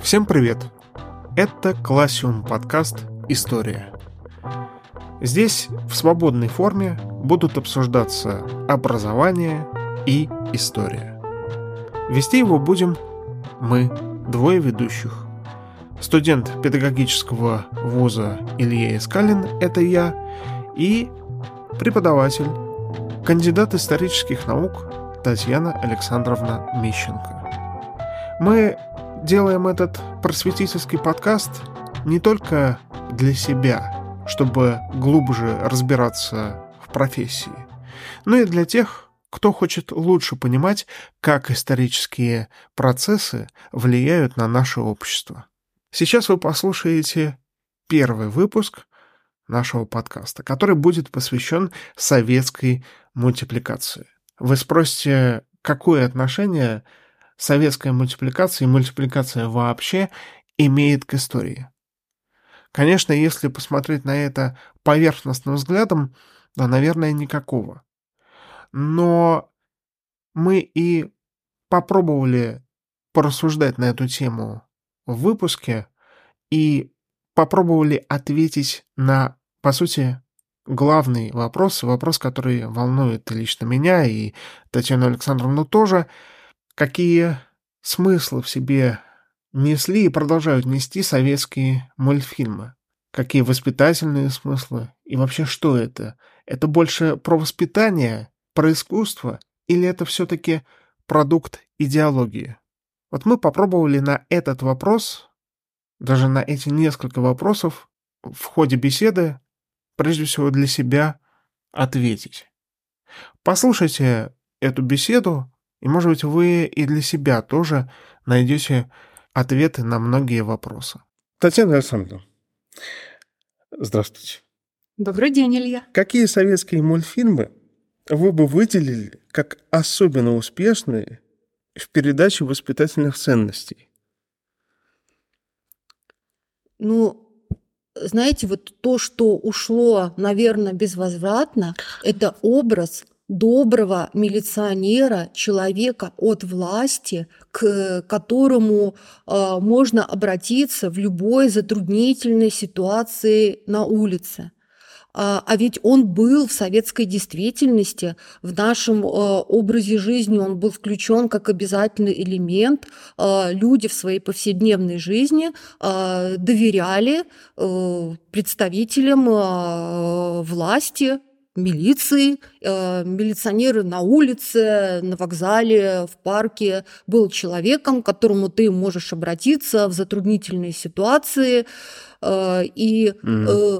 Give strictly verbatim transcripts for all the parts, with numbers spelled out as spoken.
Всем привет! Это Классиум подкаст «История». Здесь в свободной форме будут обсуждаться образование и история. Вести его будем мы, двое ведущих. Студент педагогического вуза Илья Искалин – это я, и преподаватель, кандидат исторических наук Татьяна Александровна Мищенко. Мы делаем этот просветительский подкаст не только для себя, чтобы глубже разбираться в профессии, но и для тех, кто хочет лучше понимать, как исторические процессы влияют на наше общество. Сейчас вы послушаете первый выпуск нашего подкаста, который будет посвящен советской мультипликации. Вы спросите, какое отношение советская мультипликация и мультипликация вообще имеет к истории? Конечно, если посмотреть на это поверхностным взглядом, то, наверное, никакого. Но мы и попробовали порассуждать на эту тему в выпуске и попробовали ответить на, по сути, главный вопрос, вопрос, который волнует лично меня и Татьяну Александровну тоже, какие смыслы в себе несли и продолжают нести советские мультфильмы, какие воспитательные смыслы и вообще что это? Это больше про воспитание, про искусство или это все-таки продукт идеологии? Вот мы попробовали на этот вопрос, даже на эти несколько вопросов в ходе беседы, прежде всего для себя, ответить. Послушайте эту беседу, и, может быть, вы и для себя тоже найдете ответы на многие вопросы. Татьяна Александровна, здравствуйте. Добрый день, Илья. Какие советские мультфильмы вы бы выделили как особенно успешные в передаче воспитательных ценностей? Ну, знаете, вот то, что ушло, наверное, безвозвратно, это образ доброго милиционера, человека от власти, к которому э, можно обратиться в любой затруднительной ситуации на улице. А, а ведь он был в советской действительности, в нашем э, образе жизни он был включен как обязательный элемент. Э, люди в своей повседневной жизни э, доверяли э, представителям э, власти, милиции, э, милиционеры на улице, на вокзале, в парке был человеком, к которому ты можешь обратиться в затруднительные ситуации. Э, и э,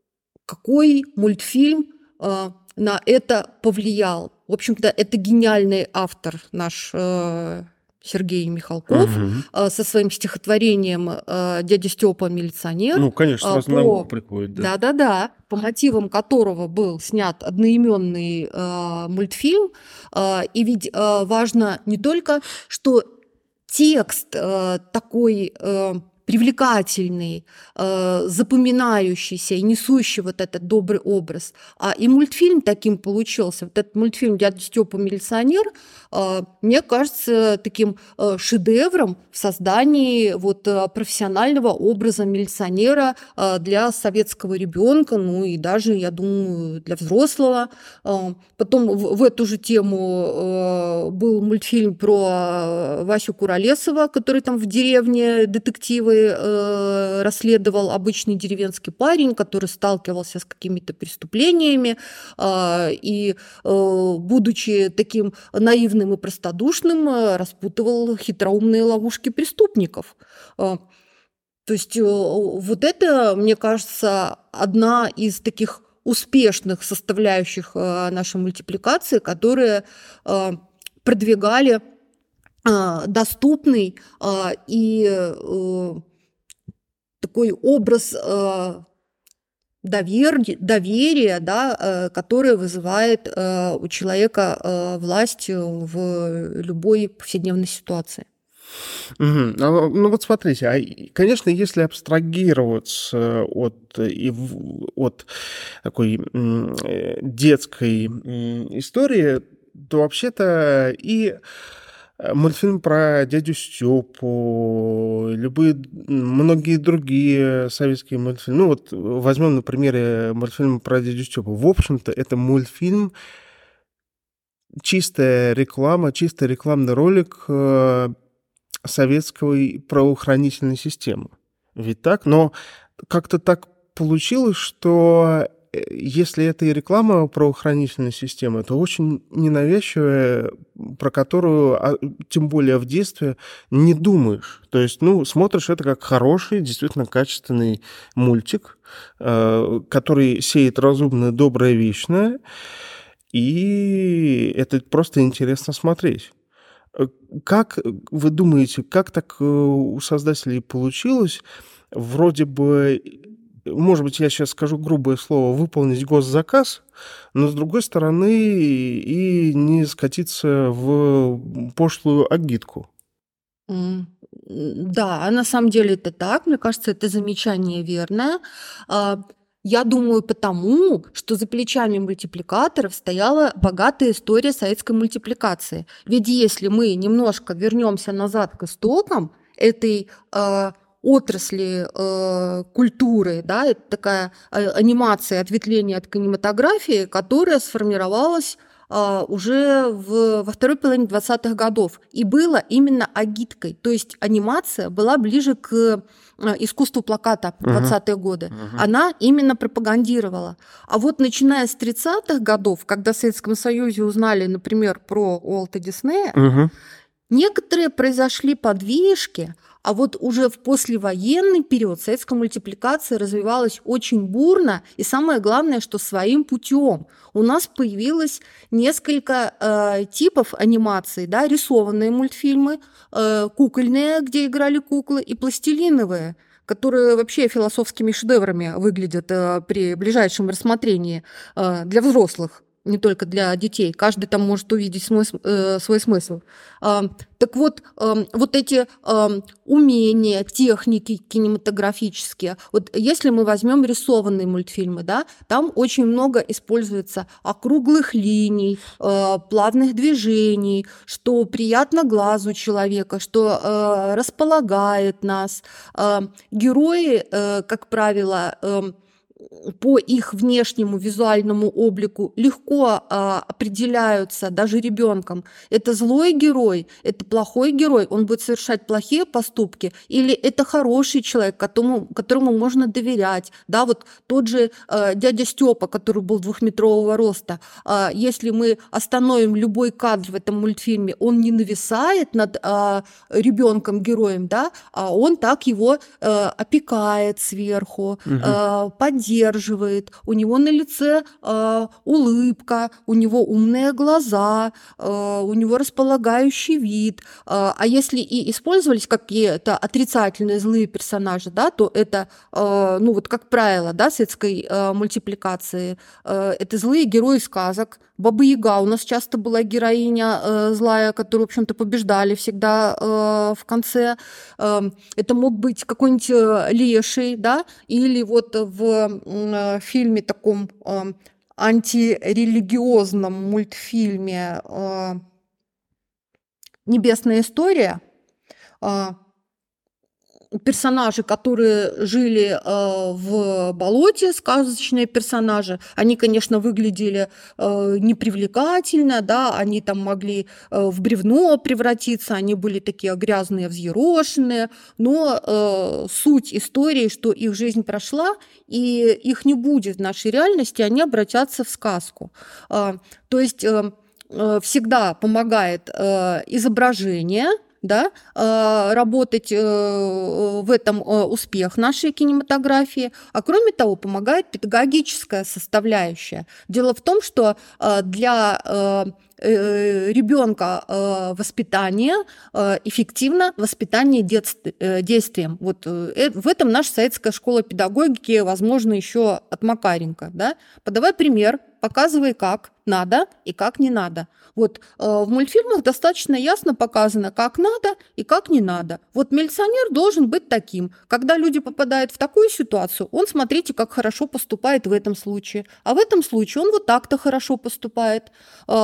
какой мультфильм э, на это повлиял? В общем-то, это гениальный автор наш э, Сергей Михалков Угу. э, со своим стихотворением э, «Дядя Степа милиционер». Ну, конечно, сразу э, на по... ум приходит, да. Да-да-да, по мотивам которого был снят одноименный э, мультфильм. Э, и ведь э, важно не только, что текст э, такой э, привлекательный, э, запоминающийся и несущий вот этот добрый образ, а и мультфильм таким получился. Вот этот мультфильм «Дядя Степа милиционер», э, мне кажется, таким э, шедевром в создании вот, э, профессионального образа милиционера э, для советского ребенка, ну и даже, я думаю, для взрослого. Э, потом в, в эту же тему э, был мультфильм про Васю Куролесова, который там в деревне детективы э, расследовал, обычный деревенский парень, который сталкивался с какими-то преступлениями э, и, э, будучи таким наивным и простодушным, э, распутывал хитроумные ловушки преступников. Э, то есть э, вот это, мне кажется, одна из таких успешных составляющих э, нашей мультипликации, которые э, продвигали э, доступный э, и э, такой образ э, довер... доверия, да, э, который вызывает э, у человека э, власть в любой повседневной ситуации. Угу. Ну вот смотрите, а, конечно, если абстрагироваться от, и в- от такой м, э, детской м, истории, то вообще-то и мультфильм про дядю Степу, любые, многие другие советские мультфильмы. Ну вот возьмем на примере мультфильм про дядю Степу. В общем-то, это мультфильм, чистая реклама, чистый рекламный ролик советской правоохранительной системы. Ведь так? Но как-то так получилось, что если это и реклама правоохранительной системы, то очень ненавязчивая, про которую, тем более в детстве, не думаешь. То есть, ну, смотришь это как хороший, действительно качественный мультик, который сеет разумное, доброе, вечное, и это просто интересно смотреть. Как вы думаете, как так у создателей получилось, вроде бы, может быть, я сейчас скажу грубое слово, выполнить госзаказ, но, с другой стороны, и не скатиться в пошлую агитку? Mm. Да, на самом деле это так. Мне кажется, это замечание верное. Я думаю, потому, что за плечами мультипликаторов стояла богатая история советской мультипликации. Ведь если мы немножко вернемся назад к истокам этой э, отрасли э, культуры, да, это такая э, анимация, ответвление от кинематографии, которая сформировалась э, уже в, во второй половине двадцатых годов и была именно агиткой. То есть анимация была ближе к искусству плаката в двадцатые uh-huh. годы. Uh-huh. Она именно пропагандировала. А вот начиная с тридцатых годов, когда в Советском Союзе узнали, например, про Уолта Диснея, uh-huh. некоторые произошли подвижки, а вот уже в послевоенный период советская мультипликация развивалась очень бурно, и самое главное, что своим путем. У нас появилось несколько э, типов анимации, да, рисованные мультфильмы, э, кукольные, где играли куклы, и пластилиновые, которые вообще философскими шедеврами выглядят э, при ближайшем рассмотрении э, для взрослых, не только для детей. Каждый там может увидеть свой, э, свой смысл. Э, так вот, э, вот эти э, умения, техники кинематографические, вот если мы возьмем рисованные мультфильмы, да, там очень много используется округлых линий, э, плавных движений, что приятно глазу человека, что э, располагает нас. Э, герои, э, как правило, э, по их внешнему визуальному облику легко а, определяются даже ребенком. Это злой герой, это плохой герой, он будет совершать плохие поступки, или это хороший человек, которому, которому можно доверять. Да, вот тот же а, дядя Степа, который был двухметрового роста, а, если мы остановим любой кадр в этом мультфильме, он не нависает над а, ребенком-героем, да, а он так его а, опекает сверху, угу. а, поддерживает, поддерживает, у него на лице э, улыбка, у него умные глаза, э, у него располагающий вид. Э, а если и использовались какие-то отрицательные злые персонажи, да, то это, э, ну вот как правило, да, светской э, мультипликации, э, это злые герои сказок. Баба-Яга у нас часто была героиня э, злая, которую, в общем-то, побеждали всегда э, в конце. Э, это мог быть какой-нибудь леший, да, или вот в э, фильме таком э, антирелигиозном мультфильме э, «Небесная история». Э, персонажи, которые жили э, в болоте, сказочные персонажи, они, конечно, выглядели э, непривлекательно, да, они там могли э, в бревно превратиться, они были такие грязные, взъерошенные, но э, суть истории, что их жизнь прошла, и их не будет в нашей реальности, они обратятся в сказку. Э, то есть э, э, всегда помогает э, изображение, да, работать в этом успех нашей кинематографии, а кроме того помогает педагогическая составляющая. Дело в том, что для ребенка воспитание эффективно воспитание действием. Вот в этом наша советская школа педагогики, возможно, еще от Макаренко. Да? Подавай пример, показывай, как надо и как не надо. Вот в мультфильмах достаточно ясно показано, как надо и как не надо. Вот милиционер должен быть таким. Когда люди попадают в такую ситуацию, он, смотрите, как хорошо поступает в этом случае. А в этом случае он вот так-то хорошо поступает. Вот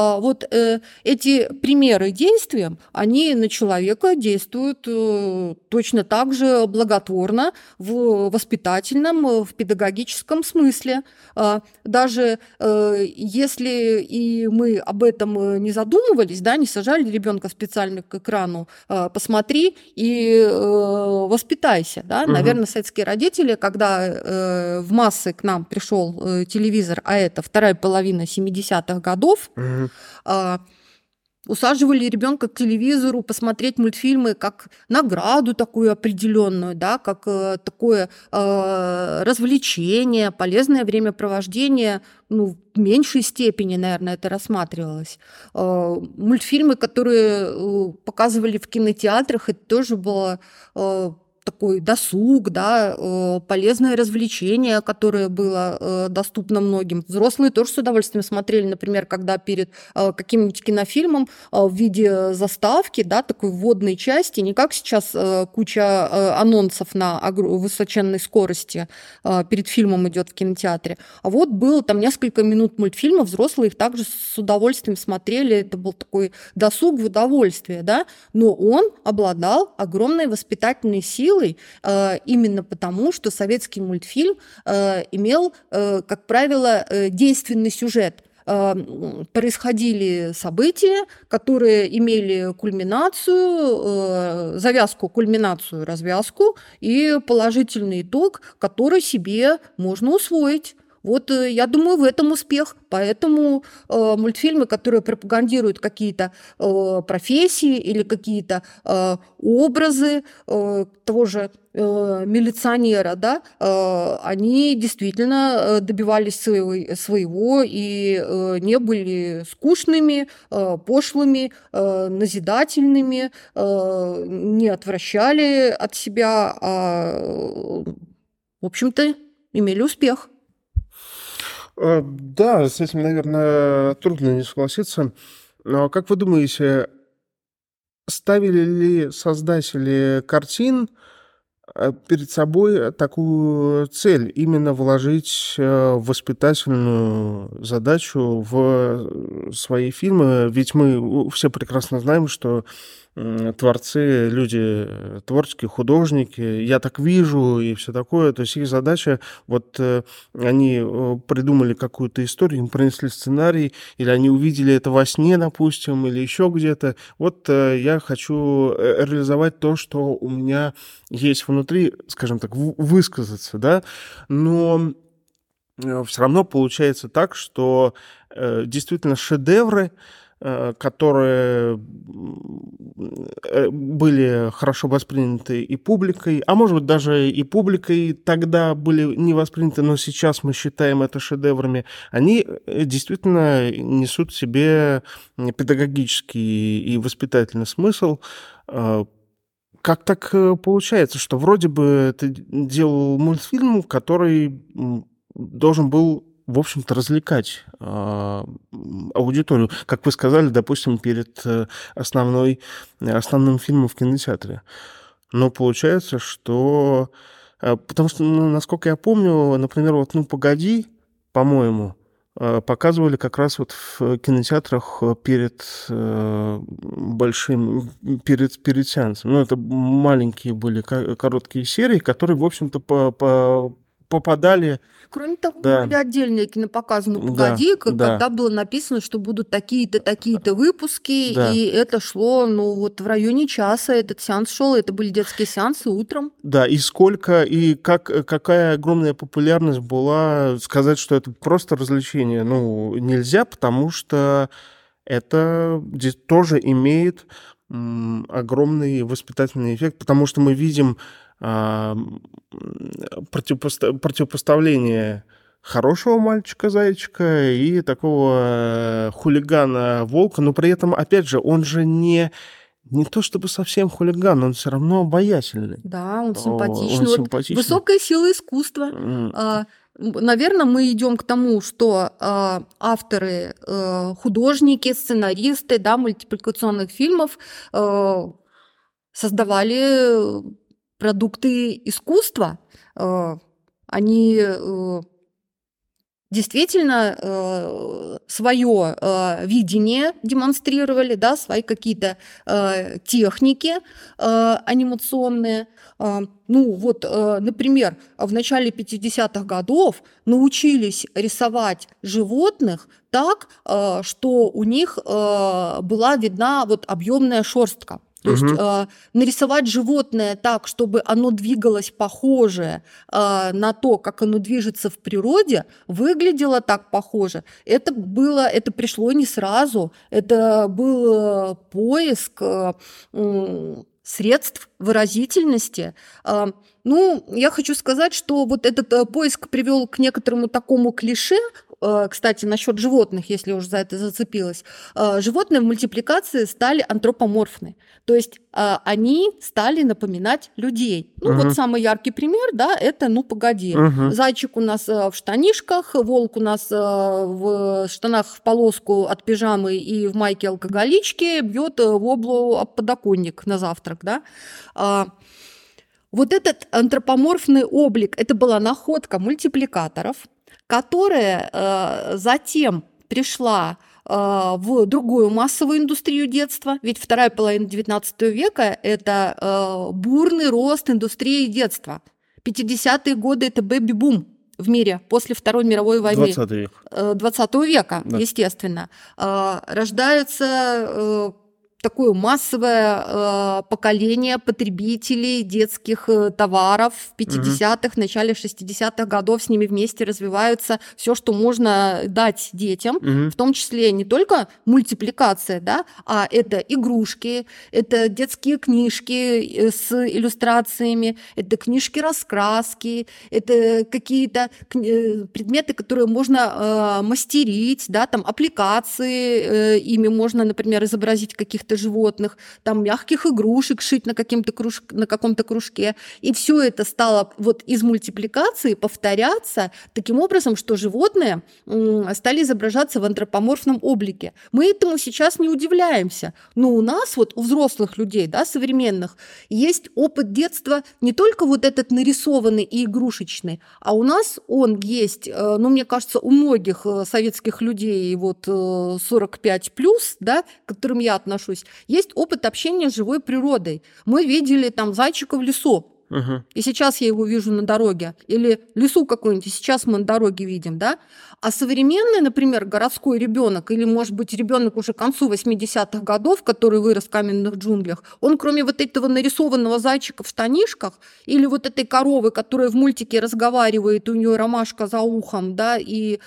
э, эти примеры действия, они на человека действуют э, точно так же благотворно в воспитательном, в педагогическом смысле. Э, даже э, если и мы об этом не задумывались, да, не сажали ребенка специально к экрану, э, посмотри и э, воспитайся. Да? Угу. Наверное, советские родители, когда э, в массы к нам пришел э, телевизор, а это вторая половина семидесятых годов, угу. э, усаживали ребенка к телевизору посмотреть мультфильмы как награду такую определенную, да, как э, такое э, развлечение, полезное времяпровождение. Ну, в меньшей степени, наверное, это рассматривалось. Э, мультфильмы, которые э, показывали в кинотеатрах, это тоже было э, такой досуг, да, полезное развлечение, которое было доступно многим. Взрослые тоже с удовольствием смотрели, например, когда перед каким-нибудь кинофильмом в виде заставки, да, такой вводной части, не как сейчас куча анонсов на высоченной скорости перед фильмом идет в кинотеатре, а вот было там несколько минут мультфильма, взрослые их также с удовольствием смотрели, это был такой досуг в удовольствие, да, но он обладал огромной воспитательной силой, именно потому, что советский мультфильм имел, как правило, действенный сюжет. Происходили события, которые имели кульминацию, завязку, кульминацию, развязку и положительный итог, который себе можно усвоить. Вот я думаю, в этом успех. Поэтому э, мультфильмы, которые пропагандируют какие-то э, профессии или какие-то э, образы э, того же э, милиционера, да, э, они действительно добивались своего, своего и э, не были скучными, э, пошлыми, э, назидательными, э, не отвращали от себя, а, в общем-то, имели успех. Да, с этим, наверное, трудно не согласиться. Но как вы думаете, ставили ли создатели картин перед собой такую цель, именно вложить воспитательную задачу в свои фильмы? Ведь мы все прекрасно знаем, что творцы, люди творческие, художники, я так вижу и все такое. То есть их задача, вот они придумали какую-то историю, им принесли сценарий, или они увидели это во сне, допустим, или еще где-то. Вот я хочу реализовать то, что у меня есть внутри, скажем так, высказаться, да, но все равно получается так, что действительно шедевры, которые были хорошо восприняты и публикой, а может быть даже и публикой тогда были не восприняты, но сейчас мы считаем это шедеврами, они действительно несут в себе педагогический и воспитательный смысл. Как так получается, что вроде бы ты делал мультфильм, который должен был, в общем-то, развлекать э, аудиторию, как вы сказали, допустим, перед основной, основным фильмом в кинотеатре. Но получается, что... Э, потому что, ну, насколько я помню, например, вот «Ну, погоди», по-моему, э, показывали как раз вот в кинотеатрах перед э, большим... Перед, перед сеансом. Ну, это маленькие были короткие серии, которые, в общем-то, по... по попадали... Кроме того, да. были отдельные кинопоказы «Ну, погоди», да, когда да. было написано, что будут такие-то, такие-то выпуски, да. и это шло, ну, вот в районе часа этот сеанс шел, это были детские сеансы утром. Да, и сколько, и как, какая огромная популярность была, сказать, что это просто развлечение, ну, нельзя, потому что это тоже имеет м, огромный воспитательный эффект, потому что мы видим Противопоста- противопоставление хорошего мальчика-зайчика и такого хулигана-волка, но при этом, опять же, он же не, не то чтобы совсем хулиган, он все равно обаятельный. Да, он симпатичный. Он симпатичный. Вот высокая сила искусства. Mm. Наверное, мы идем к тому, что авторы, художники, сценаристы, да, мультипликационных фильмов создавали продукты искусства, они действительно э, свое э, видение демонстрировали, да, свои какие-то э, техники э, анимационные. Э, ну вот, э, например, в начале пятидесятых годов научились рисовать животных так, э, что у них э, была видна вот объемная шерстка. То есть э, нарисовать животное так, чтобы оно двигалось похоже э, на то, как оно движется в природе, выглядело так похоже. Это было, это пришло не сразу. Это был поиск э, э, средств выразительности. Э, ну, я хочу сказать, что вот этот э, поиск привел к некоторому такому клише. Кстати, насчет животных, если уж за это зацепилась, животные в мультипликации стали антропоморфны, то есть они стали напоминать людей. Ну, угу. Вот самый яркий пример, да, это «Ну, погоди». Угу. Зайчик у нас в штанишках, волк у нас в штанах в полоску от пижамы и в майке алкоголички бьет в облу об подоконник на завтрак, да. Вот этот антропоморфный облик, это была находка мультипликаторов, которая э, затем пришла э, в другую массовую индустрию детства, ведь вторая половина девятнадцатого века – это э, бурный рост индустрии детства. пятидесятые годы – это бэби-бум в мире после Второй мировой войны. двадцатый век. двадцатого века, да. Естественно. Э, рождаются… Э, такое массовое э, поколение потребителей детских э, товаров в пятидесятых, угу. начале шестидесятых годов. С ними вместе развиваются все, что можно дать детям, угу. в том числе не только мультипликация, да, а это игрушки, это детские книжки с иллюстрациями, это книжки-раскраски, это какие-то предметы, которые можно э, мастерить, да, там аппликации, э, ими можно, например, изобразить каких-то животных, там мягких игрушек шить на, каким-то круж... на каком-то кружке. И все это стало вот из мультипликации повторяться таким образом, что животные стали изображаться в антропоморфном облике. Мы этому сейчас не удивляемся. Но у нас, вот у взрослых людей, да, современных, есть опыт детства не только вот этот нарисованный и игрушечный, а у нас он есть, ну, мне кажется, у многих советских людей вот сорок пять плюс, да, к которым я отношусь, есть опыт общения с живой природой. Мы видели там зайчика в лесу, угу. и сейчас я его вижу на дороге, или лесу какой-нибудь, и сейчас мы на дороге видим, да. А современный, например, городской ребенок, или, может быть, ребенок уже к концу восьмидесятых годов, который вырос в каменных джунглях, он, кроме вот этого нарисованного зайчика в штанишках, или вот этой коровы, которая в мультике разговаривает, у нее ромашка за ухом, да, и,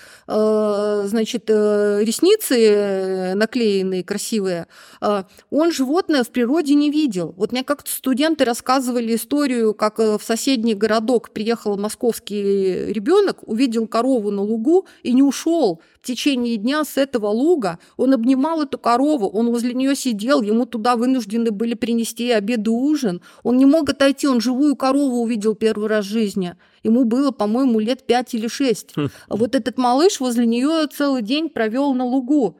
э, значит, э, ресницы наклеенные, красивые, э, он животное в природе не видел. Вот мне как-то студенты рассказывали историю, как в соседний городок приехал московский ребенок, увидел корову на лугу и не ушел. В течение дня с этого луга он обнимал эту корову, он возле нее сидел, ему туда вынуждены были принести обед и ужин. Он не мог отойти, он живую корову увидел первый раз в жизни. Ему было, по-моему, лет пять или шесть. Вот этот малыш возле нее целый день провел на лугу.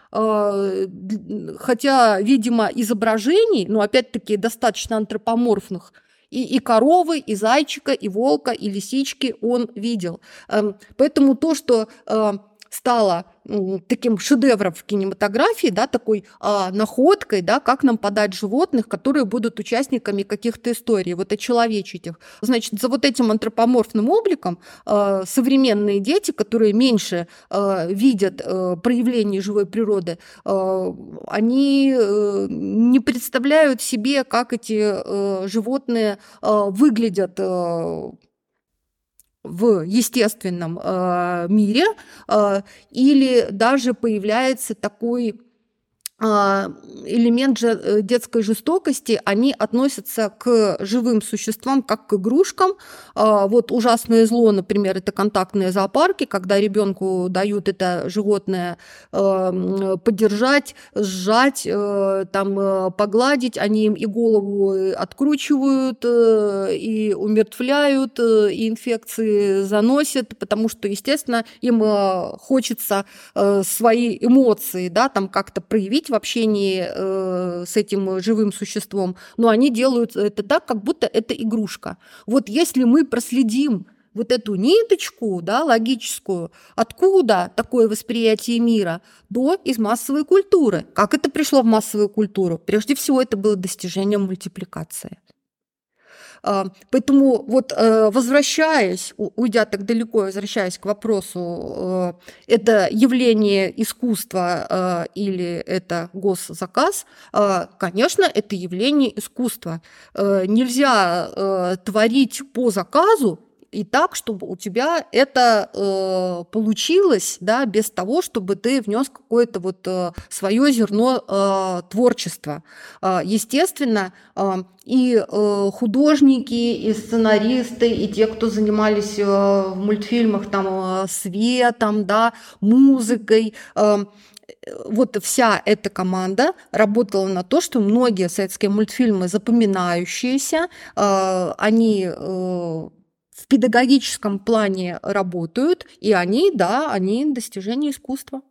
Хотя, видимо, изображений, ну, опять-таки, достаточно антропоморфных, И, и коровы, и зайчика, и волка, и лисички он видел. Поэтому то, что стало таким шедевром в кинематографии, да, такой а, находкой, да, как нам подать животных, которые будут участниками каких-то историй, вот очеловечить их. Значит, за вот этим антропоморфным обликом а, современные дети, которые меньше а, видят а, проявления живой природы, а, они а, не представляют себе, как эти а, животные а, выглядят а, в естественном э, мире, э, или даже появляется такой элемент же детской жестокости, они относятся к живым существам как к игрушкам. Вот ужасное зло, например, это контактные зоопарки, когда ребенку дают это животное подержать, сжать, там, погладить, они им и голову откручивают, и умертвляют, и инфекции заносят, потому что, естественно, им хочется свои эмоции, да, там как-то проявить в общении э, с этим живым существом, но они делают это так, как будто это игрушка. Вот если мы проследим вот эту ниточку, да, логическую, откуда такое восприятие мира, до из массовой культуры. Как это пришло в массовую культуру? Прежде всего, это было достижением мультипликации. Поэтому вот возвращаясь, уйдя так далеко, возвращаясь к вопросу, это явление искусства или это госзаказ, конечно, это явление искусства. Нельзя творить по заказу и так, чтобы у тебя это э, получилось, да, без того, чтобы ты внес какое-то вот э, свое зерно э, творчества. Э, естественно, э, и э, художники, и сценаристы, и те, кто занимались э, в мультфильмах там э, светом, да, музыкой, э, вот вся эта команда работала на то, что многие советские мультфильмы запоминающиеся, э, они э, в педагогическом плане работают, и они, да, они достижение искусства.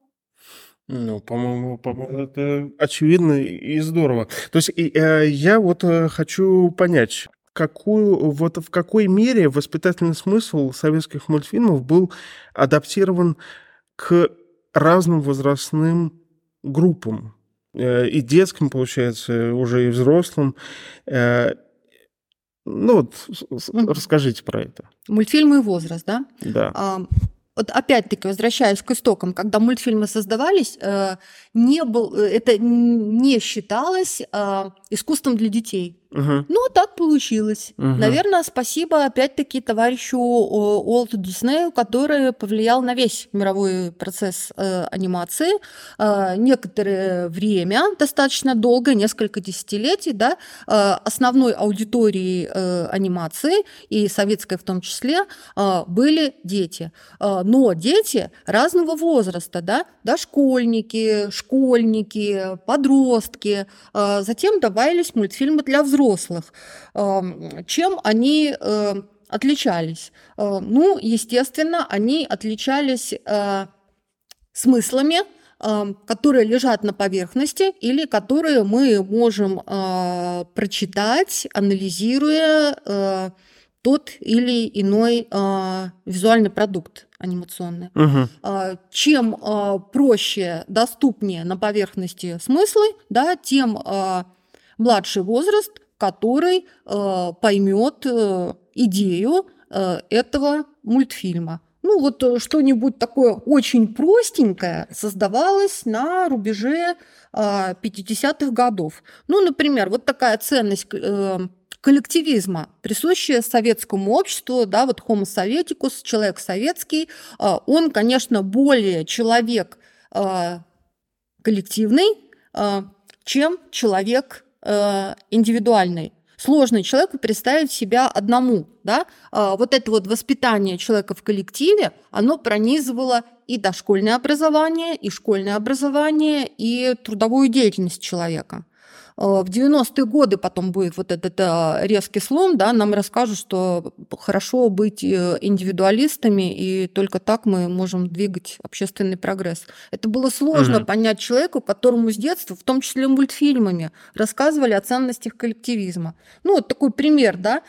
Ну, по-моему, по-моему, это очевидно и здорово. То есть и, э, я вот э, хочу понять, какую, вот в какой мере воспитательный смысл советских мультфильмов был адаптирован к разным возрастным группам. Э, и детским, получается, уже и взрослым. Э, Ну вот, Мгм. расскажите про это. Мультфильмы и возраст, да? Да. А, вот опять-таки, возвращаясь к истокам, когда мультфильмы создавались, э, не был, это не считалось а, искусством для детей. Угу. Ну, так получилось. Угу. Наверное, спасибо опять-таки товарищу Уолту Диснею, который повлиял на весь мировой процесс э, анимации. Э, некоторое время, достаточно долго, несколько десятилетий, да, э, основной аудиторией э, анимации, и советской в том числе, э, были дети. Э, но дети разного возраста, да, дошкольники, школьники, подростки. Э, затем добавились мультфильмы для взрослых. взрослых. Чем они отличались? Ну, естественно, они отличались смыслами, которые лежат на поверхности или которые мы можем прочитать, анализируя тот или иной визуальный продукт анимационный. Угу. Чем проще, доступнее на поверхности смыслы, да, тем младший возраст, который э, поймет э, идею э, этого мультфильма. Ну вот э, что-нибудь такое очень простенькое создавалось на рубеже э, пятидесятых годов. Ну, например, вот такая ценность э, коллективизма, присущая советскому обществу, да, вот homo советикус, человек советский, э, он, конечно, более человек э, коллективный, э, чем человек индивидуальный. Сложно человеку представить себя одному. Да? Вот это вот воспитание человека в коллективе, оно пронизывало и дошкольное образование, и школьное образование, и трудовую деятельность человека. В девяностые годы потом будет вот этот резкий слом, да, нам расскажут, что хорошо быть индивидуалистами, и только так мы можем двигать общественный прогресс. Это было сложно mm-hmm. понять человеку, которому с детства, в том числе мультфильмами, рассказывали о ценностях коллективизма. Ну, вот такой пример, да,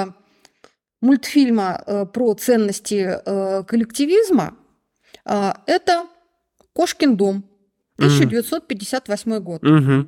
мультфильма про ценности коллективизма – это «Кошкин дом», тысяча девятьсот пятьдесят восьмой год. Mm-hmm.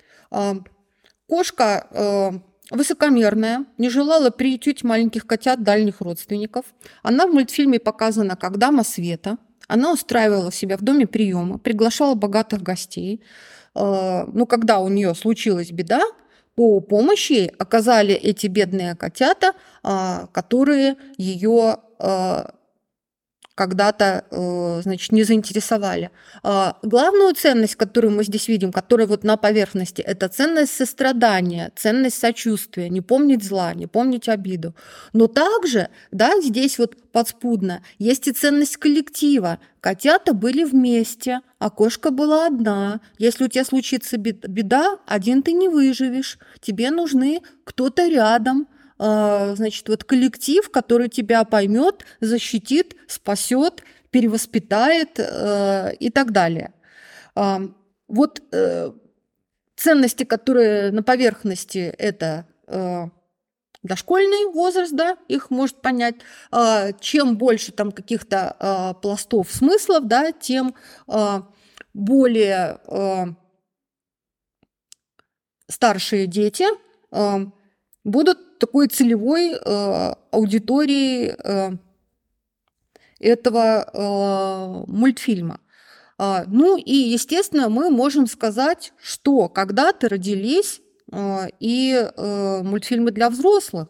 Кошка э, высокомерная, не желала приютить маленьких котят дальних родственников. Она в мультфильме показана как дама света. Она устраивала себя в доме приема, приглашала богатых гостей. Э, но когда у нее случилась беда, то помощь ей оказали эти бедные котята, э, которые ее э, когда-то, значит, не заинтересовали. Главную ценность, которую мы здесь видим, которая вот на поверхности, это ценность сострадания, ценность сочувствия, не помнить зла, не помнить обиду. Но также, да, здесь вот подспудно есть и ценность коллектива. Котята были вместе, а кошка была одна. Если у тебя случится беда, один ты не выживешь. Тебе нужны кто-то рядом. Значит, вот коллектив, который тебя поймет, защитит, спасет, перевоспитает э, и так далее. Э, вот э, ценности, которые на поверхности, это э, дошкольный возраст, да, их может понять. Э, чем больше там каких-то э, пластов смыслов, да, тем э, более э, старшие дети э, будут такой целевой э, аудиторией э, этого э, мультфильма. Э, ну и, естественно, мы можем сказать, что когда-то родились э, и э, мультфильмы для взрослых.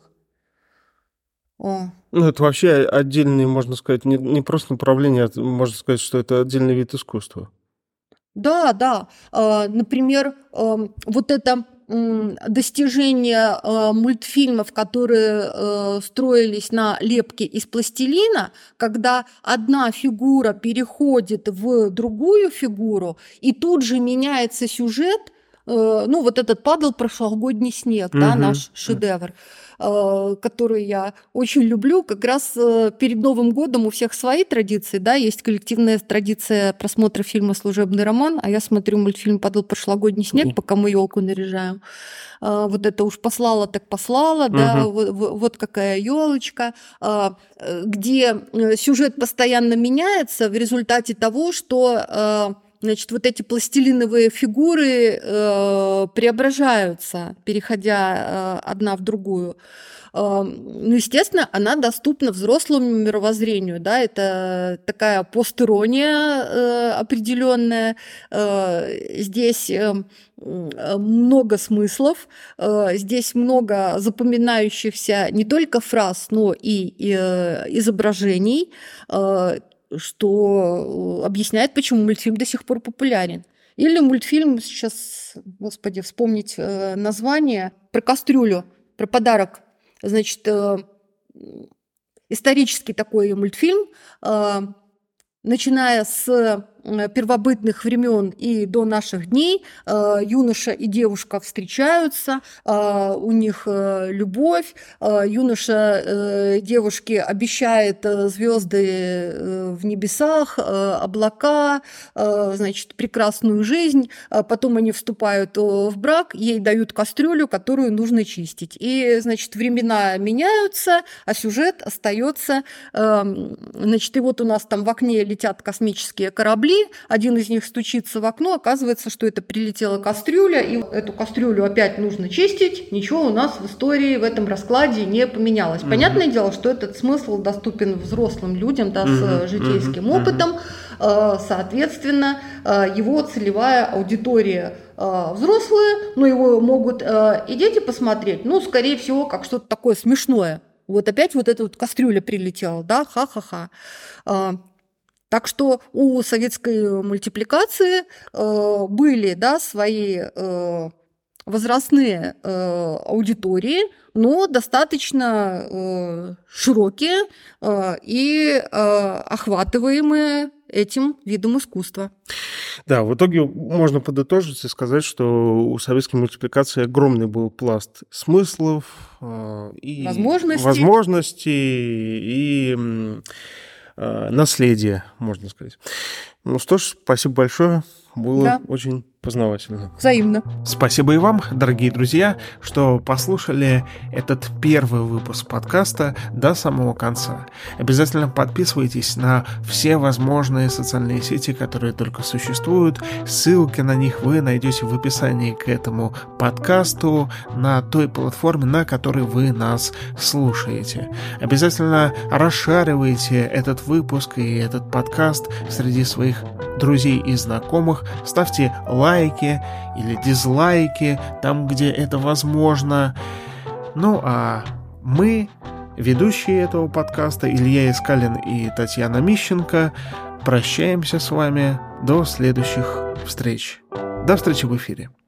О. Ну, это вообще отдельный, можно сказать, не, не просто направление, а можно сказать, что это отдельный вид искусства. Да, да. Э, например, э, вот это достижения э, мультфильмов, которые э, строились на лепке из пластилина, когда одна фигура переходит в другую фигуру, и тут же меняется сюжет. Э, ну, вот этот «Падал прошлогодний снег», mm-hmm. да, наш шедевр, э, который я очень люблю. Как раз э, перед Новым годом у всех свои традиции, да, есть коллективная традиция просмотра фильма «Служебный роман», а я смотрю мультфильм «Падал прошлогодний снег», пока мы елку наряжаем. Э, вот это уж послала, так послала, mm-hmm. да, вот, вот какая елочка, э, где сюжет постоянно меняется в результате того, что э, значит, вот эти пластилиновые фигуры э, преображаются, переходя э, одна в другую. Э, ну, естественно, она доступна взрослому мировоззрению, да, это такая постирония э, определенная. Э, здесь э, много смыслов, э, здесь много запоминающихся не только фраз, но и, и э, изображений, э, что объясняет, почему мультфильм до сих пор популярен. Или мультфильм, сейчас, господи, вспомнить э, название, про кастрюлю, про подарок. Значит, э, исторический такой мультфильм, э, начиная с первобытных времен и до наших дней э, юноша и девушка встречаются, э, у них э, любовь, э, юноша э, девушке обещает э, звезды э, в небесах, э, облака, э, значит, прекрасную жизнь, э, потом они вступают в брак, ей дают кастрюлю, которую нужно чистить. И, значит, времена меняются, а сюжет остается. Э, значит, и вот у нас там в окне летят космические корабли, один из них стучится в окно, оказывается, что это прилетела кастрюля, и эту кастрюлю опять нужно чистить. Ничего у нас в истории в этом раскладе не поменялось. Mm-hmm. Понятное дело, что этот смысл доступен взрослым людям, да, mm-hmm. с житейским mm-hmm. опытом. Соответственно, его целевая аудитория взрослые, но его могут и дети посмотреть, ну, скорее всего, как что-то такое смешное. Вот опять вот эта вот кастрюля прилетела, да, ха-ха-ха. Так что у советской мультипликации э, были, да, свои э, возрастные э, аудитории, но достаточно э, широкие э, и э, охватываемые этим видом искусства. Да, в итоге можно подытожить и сказать, что у советской мультипликации огромный был пласт смыслов э, и возможностей, возможностей и э, наследия, можно сказать. Ну что ж, спасибо большое. Было да. очень познавательно. Взаимно. Спасибо и вам, дорогие друзья, что послушали этот первый выпуск подкаста до самого конца. Обязательно подписывайтесь на все возможные социальные сети, которые только существуют. Ссылки на них вы найдете в описании к этому подкасту на той платформе, на которой вы нас слушаете. Обязательно расшаривайте этот выпуск и этот подкаст среди своих друзей и знакомых. Ставьте лайки или дизлайки там, где это возможно. Ну а мы, ведущие этого подкаста, Илья Искалин и Татьяна Мищенко, прощаемся с вами до следующих встреч. До встречи в эфире.